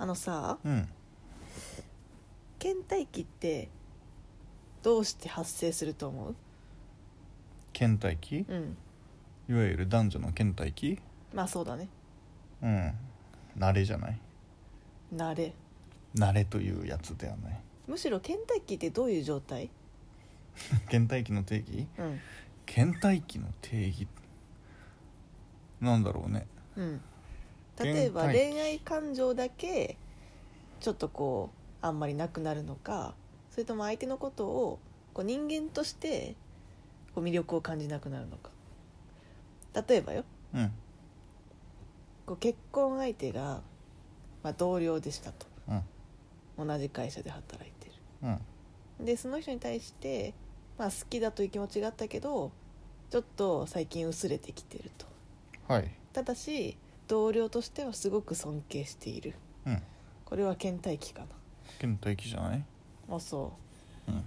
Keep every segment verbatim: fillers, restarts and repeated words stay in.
あのさ、 うん倦怠期ってどうして発生すると思う？ 倦怠期、 うんいわゆる男女の倦怠期。 まあそうだね。 うん慣れじゃない。 慣れ。 慣れというやつではない。 むしろ倦怠期ってどういう状態？ 倦怠期の定義うん倦怠期の定義なんだろうね。 うん例えば倦怠期恋愛感情だけちょっとこうあんまりなくなるのか、それとも相手のことをこう人間としてこう魅力を感じなくなるのか。例えばよ、 うんこう結婚相手が、まあ、同僚でしたと。 うん同じ会社で働いてうんる。でその人に対して、まあ、好きだという気持ちがあったけどちょっと最近薄れてきてると。 はいただし同僚としてはすごく尊敬している。 うんこれは倦怠期かな。 倦怠期じゃない。 あそうん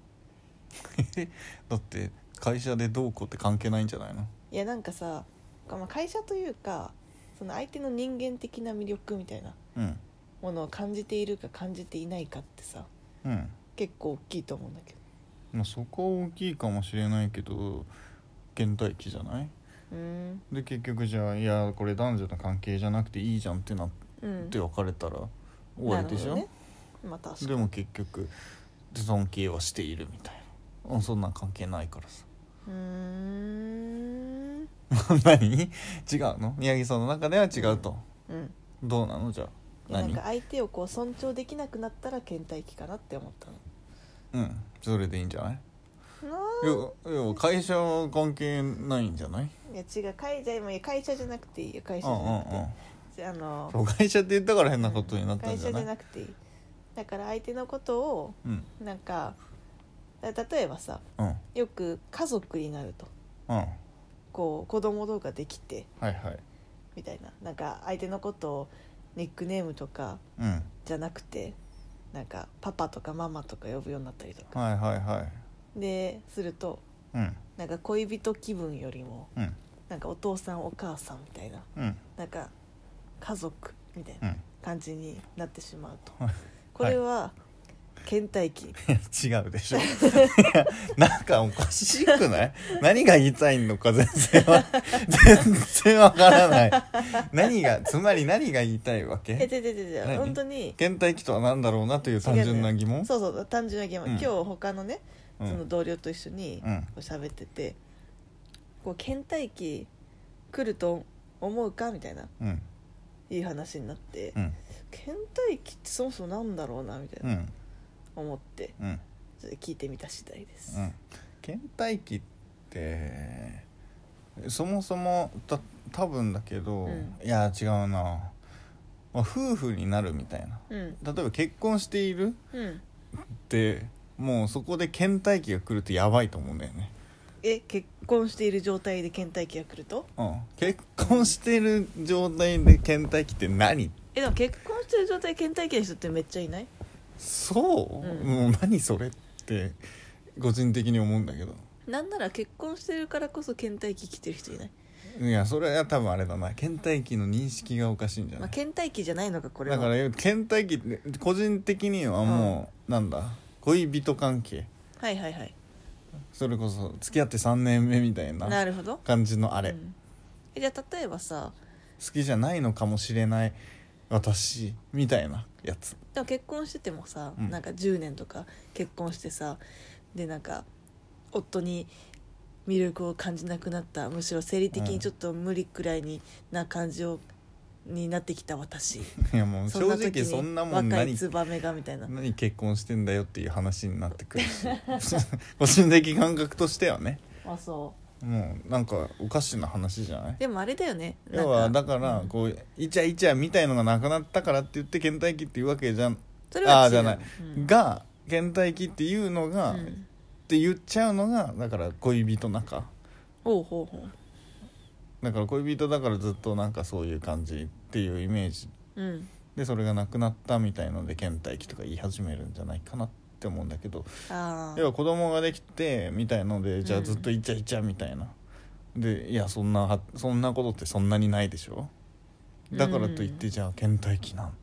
だって会社でどうこうって関係ないんじゃないの。 う。いやなんかさ、まあ、会社というかその相手の人間的な魅力みたいなうんものを感じているか感じていないかってさうん結構大きいと思うんだけど。 まあそこは大きいかもしれないけど倦怠期じゃない。 うーんで結局じゃあいやこれ男女の関係じゃなくていいじゃんってなっうんて別れたら終わりでしょ、 なるほどね。まあ確かにでも結局尊敬はしているみたいな。うんそんなん関係ないからさうーん何違うの。宮城さんの中では違うと、 うんどうなのじゃあ。何いやなんか相手をこう尊重できなくなったら倦怠期かなって思ったの。 うんそれでいいんじゃない。 ないやいや会社は関係ないんじゃない。 いや違う会社今会社じゃなくていいよ。会社うんうんじゃなくて、 うんあのそう会社って言ったから変なことになったん会社じゃない。 じゃなくていい。だから相手のことをうんなんかだ例えばさうんよく家族になるとうんはいこう子供とかできてはいみたいな、なんか相手のことをニックネームとかうんじゃなくてなんかパパとかママとか呼ぶようになったりとかはいはいはいでするとうんなんか恋人気分よりもうんなんかお父さんお母さんみたいなうんなんか家族みたいなうん感じになってしまうと、 はいこれは倦怠期。 いや違うでしょいやなんかおかしくない何が言いたいのか全然わ全然わからない何がつまり何が言いたいわけ。 えでででで何本当に倦怠期とは何だろうなという単純な疑問。 そうそう単純な疑問、 うん今日他のねうんその同僚と一緒にうんこう喋ってて、こう倦怠期来ると思うかみたいなうんいい話になって、 うん倦怠期ってそもそもなんだろうなみたいな、 うん思ってうんそれで聞いてみた次第です。 うん倦怠期ってそもそもた多分だけど、 うんいや違うな、まあ、夫婦になるみたいな。 うん例えば結婚しているうんってもうそこで倦怠期が来るとやばいと思うんだよね。 え結婚している状態で倦怠期が来るとうん、結婚している状態で倦怠期って何。 えでも結婚してる状態で倦怠期の人ってめっちゃいない？ そう、 うんもう何それって個人的に思うんだけど。 なんなら結婚してるからこそ倦怠期来てる人いない？ いやそれは多分あれだな、倦怠期の認識がおかしいんじゃまあ、 ない。 倦怠期じゃないのかこれは。 だから倦怠期って個人的にはもう、なんだ恋人関係、 はいはいはい。 それこそ付き合ってさんねんめみたいななるほど。 感じのあれ、 うんえじゃあ例えばさ好きじゃないのかもしれない私みたいなやつ。 でも結婚しててもさ、 うんなんかじゅうねんとか結婚してさでなんか夫に魅力を感じなくなった、むしろ生理的にちょっと無理くらいにな感じをになってきた私、 いやもう正な時に直そんなもん若い何ツバメがみたいな。 何結婚してんだよっていう話になってくるし個人的感覚としてはね、 あそもうなんかおかしな話じゃない。 うでもあれだよねなん要はだからうんこうイチャイチャみたいのがなくなったからって言って倦怠期っていうわけじゃん。 それは違うあーじゃない、 うんが倦怠期っていうのが、っうんて言っちゃうのがだから恋人仲ほうほうほだから恋人だからずっとなんかそういう感じっていうイメージううんで、それがなくなったみたいので倦怠期とか言い始めるんじゃないかなって思うんだけど、 あ要は子供ができてみたいのでじゃあずっとイチャイチャみたいな、でいやそんなそんなことってそんなにないでしょ。だからといってじゃあ倦怠期なん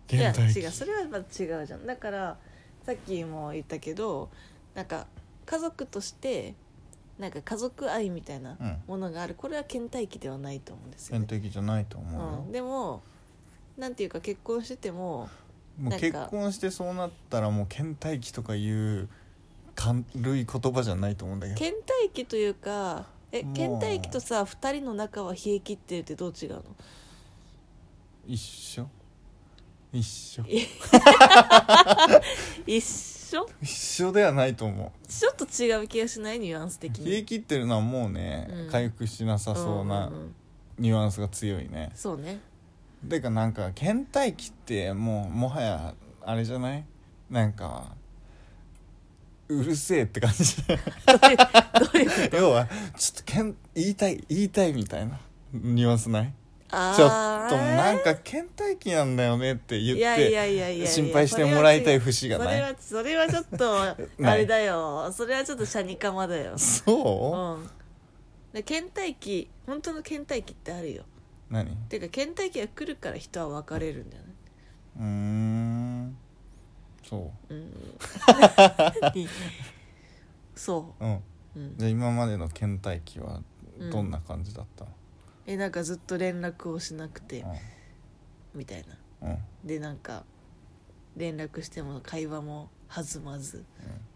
いや倦怠期違う、それはまた違うじゃん。だからさっきも言ったけど、なんか家族としてなんか家族愛みたいなうんものがある、これは倦怠期ではないと思うんですよ倦ね。 怠期じゃないと思うよ、 うん、でもなんていうか結婚しててももうなんか結婚してそうなったらもう倦怠期とかいう軽い言葉じゃないと思うんだけど、 倦怠期というかえもう倦怠期とさふたりの仲は冷え切ってるってどう違うの？ 一緒一緒一緒一緒ではないと思ちょっと違う気がしない？ニュアンス的に。 う。冷え切ってるのはもうね、 うん回復しなさそうなんんんニュアンスが強いね。 そうね。 てかなんか倦怠期ってもうもはやあれじゃない、なんかうるせえって感じどういうどういうこと？ 要はちょっとけん言いたい言いたいみたいなニュアンスない？ あーちょっとなんか倦怠期なんだよねって言っいやいやていやいやいや心配してもらいたい節がそれない？ はそれはちょっとあれだよ。それはちょっとシャニカマだよ。 そう、 うん。で倦怠期、本当の倦怠期ってあるよ。 何？ てか倦怠期が来るから人は別れるんだよね。 うーんそうんそううんう、うん、 じゃあ今までの倦怠期はどんな感じだったの？ えなんかずっと連絡をしなくてみたいな。 うんうんでなんか連絡しても会話も弾まず、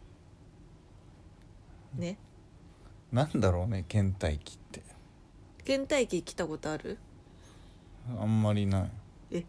ね。 なんだろうね倦怠期って倦怠期来たことある？ あんまりない。 え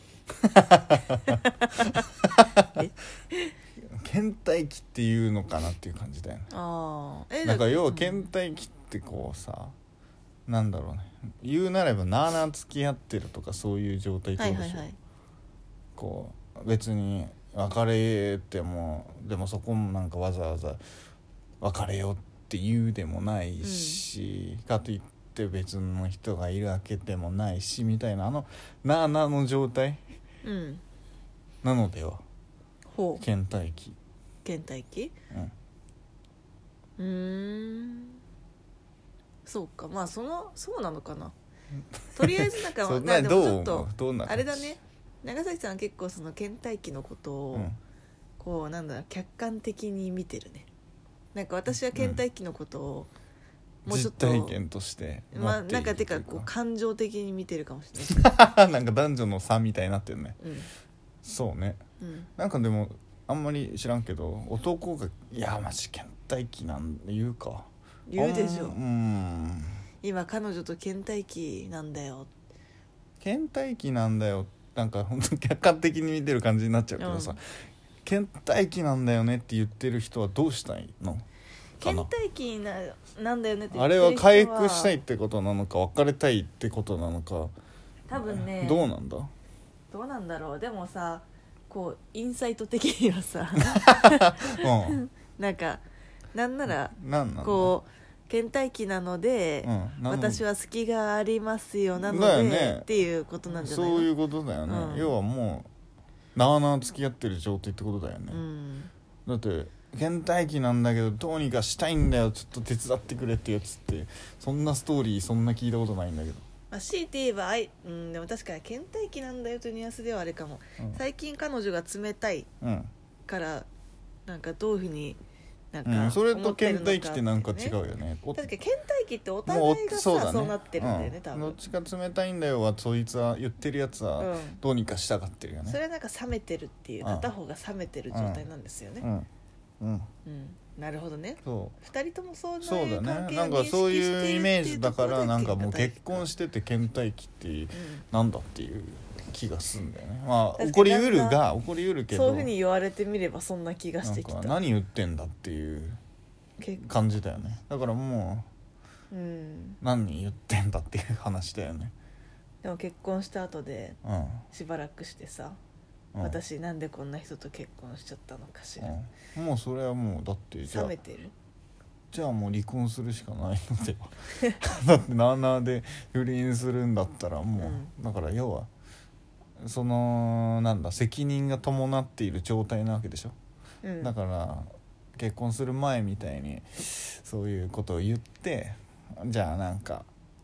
倦怠期っていうのかなっていう感じだよね。 ああえなんか要はうん倦怠期ってこうさ、なんだろうね、言うなればなあなあ付き合ってるとかそういう状態ってことでしょ、 はいはいはい。 こう別に別れてもでもそこもなんかわざわざ別れようって言うでもないし、かといって別の人がいるわけでもないしみたいな、あのなあなあの状態うんなのではほう倦怠期。 倦怠期うんうーんそうか、まあそのそうなのかな。とりあえずなんかそんまあでなどう思うもちょっとどんな感じあれだね。長崎さんは結構その倦怠期のことを、 うんこうなんだろう客観的に見てるね。なんか私は倦怠期のことをもうちょっと、 実体験として持まあっているなんかてかというこう感情的に見てるかもしれない。 なんか男女の差みたいになってるね。 うんそうね。 うんなんかでもあんまり知らんけど男がいやマジ倦怠期なん言うか言うでしょあんうん今彼女と倦怠期なんだよ。 倦怠期なんだよなんか本当に客観的に見てる感じになっちゃうけどさ、 うん倦怠期なんだよねって言ってる人はどうしたいのか倦な。 怠期ななんだよねって言あってる人はれは回復したいってことなのか別れたいってことなのか多分ねどうなんだ。 どうなんだろう。でもさこうインサイト的にはさうんなんかなんならなんなんだこう倦怠期なので、 うん、なの私は隙がありますよなので、 だよねっていうことなんじゃないの？ そういうことだよね、 うん要はもうなあなあ付き合ってる状態ってことだよね、 うんだって倦怠期なんだけどどうにかしたいんだよちょっと手伝ってくれってやつってそんなストーリーそんな聞いたことないんだけど、 まあ、強いて言えばあい、うん、でも確かに倦怠期なんだよというニュアンスではあれかも。 うん最近彼女が冷たいうんからなんかどういうふうになんかうん、それと思ってるのか倦怠期ってなんか違うね。 よね。お確かに倦怠期っておも互ういがさそそうう,、 だねなってるんだよね、 うん多分。 どっちか冷たいんだよはそいつは言ってるやつはうんどうにかしたがってるよね。 それはなんか冷めてるっていう、 うん片方が冷めてる状態なんですよね。 うんうんうん、なるほどね。 そう二人ともそうそうだいう関ね。なん係を認識かそうしているっていうイメージだからなんかもう結婚ししてて倦怠期ってうんなんだっていう気がするんだよね。まあ確かに起こりうるが起こりうるけどそういうふうに言われてみればそんな気がしてきた。 なんか何言ってんだっていう結構感じだよね。だからもうん、 う何言ってんだっていう話だよね。 でも結婚した後でうん、 しばらくしてさ、 うん、 私なんでこんな人と結婚しちゃったのかしら、 うん、もうそれはもうだってじゃあ冷めてる。 じゃあもう離婚するしかないのではだってなあなあで不倫するんだったらもう、 うんだから要はそのなんだ責任が伴っている状態なわけでしょ、 うん、 だから結婚する前みたいにそういうことを言ってじゃあなんか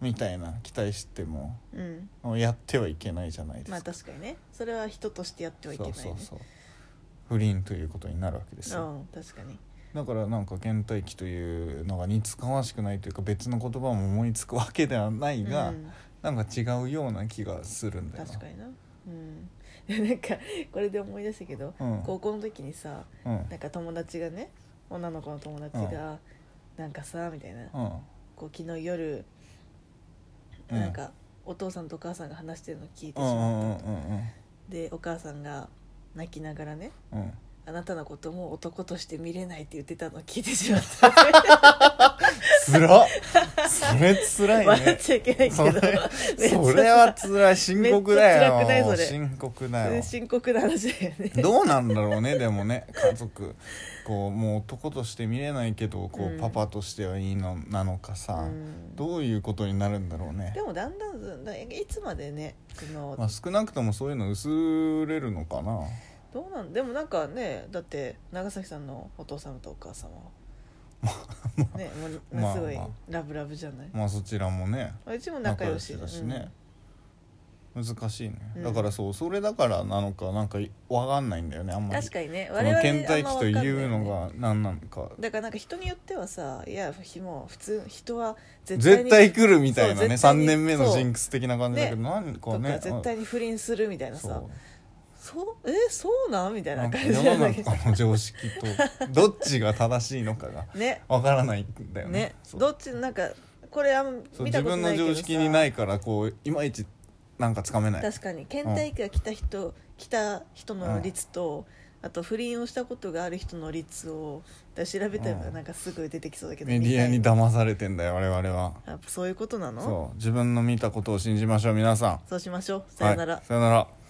みたいな期待してもうんやってはいけないじゃないですか。 まあ確かにねそれは人としてやってはいけないね。 そうそうそう不倫ということになるわけですよ。 うん確かにだからなんか倦怠期というのが似つかわしくないというか別の言葉も思いつくわけではないが、 うんなんか違うような気がするんだよな。 確かになうんなんかこれで思い出したけど、 うん高校の時にさうんなんか友達がね女の子の友達が、なんかさみたいな、 うんこう昨日夜、 うんなんかお父さんとお母さんが話してるのを聞いてしうんうまったと、 んうんうんでお母さんが泣きながらねうんあなたのことも男として見れないって言ってたのを聞いてしまったつらっそれつらいね。 笑っちゃいけないけどそれそれはつらい深刻だよ。 めっちゃ辛くないそれ深刻だよ。 深刻な話だよねどうなんだろうねでもね家族こうもう男として見れないけどこう、 うんパパとしてはいいのなのかさ、 うんどういうことになるんだろうね。 でもだんだんだいつまでねその、 まあ、少なくともそういうの薄れるのかな。 どうなんでもなんかねだって長崎さんのお父様とお母様はねもうまあすごいまあラブラブじゃない、 まあそちらもねうちも仲良しだしね、難しいね、 うんだからそうそれだからなのかなんか分かんないんだよねあんうん、 まり。 確かにねこの倦怠期というのが何なのかだからなんか人によってはさいやもう普通人は絶対に絶対来るみたいなねそう絶対にさんねんめのそうジンクス的な感じだけど、 ねなんかとねか絶対に不倫するみたいなさそうそうえそうなんみたいななん感か世のじなんだけど中の常識とどっちが正しいのかがねわからないんだよね。 ねそうどっちなんかこれあんそう見た自分のことないけどさ常識にないからこういまいちなんかつかめない。 確かに倦怠期が来た人、来た人の率と、あと不倫をしたことがある人の率をだから調べたらうんなんかすぐ出てきそうだけど、 メディアにみたい騙されてんだよ我々は。 やっぱそういうことなの？ そう自分の見たことを信じましょう皆さん。 そうしましょう。さよなら。 はい、さよなら。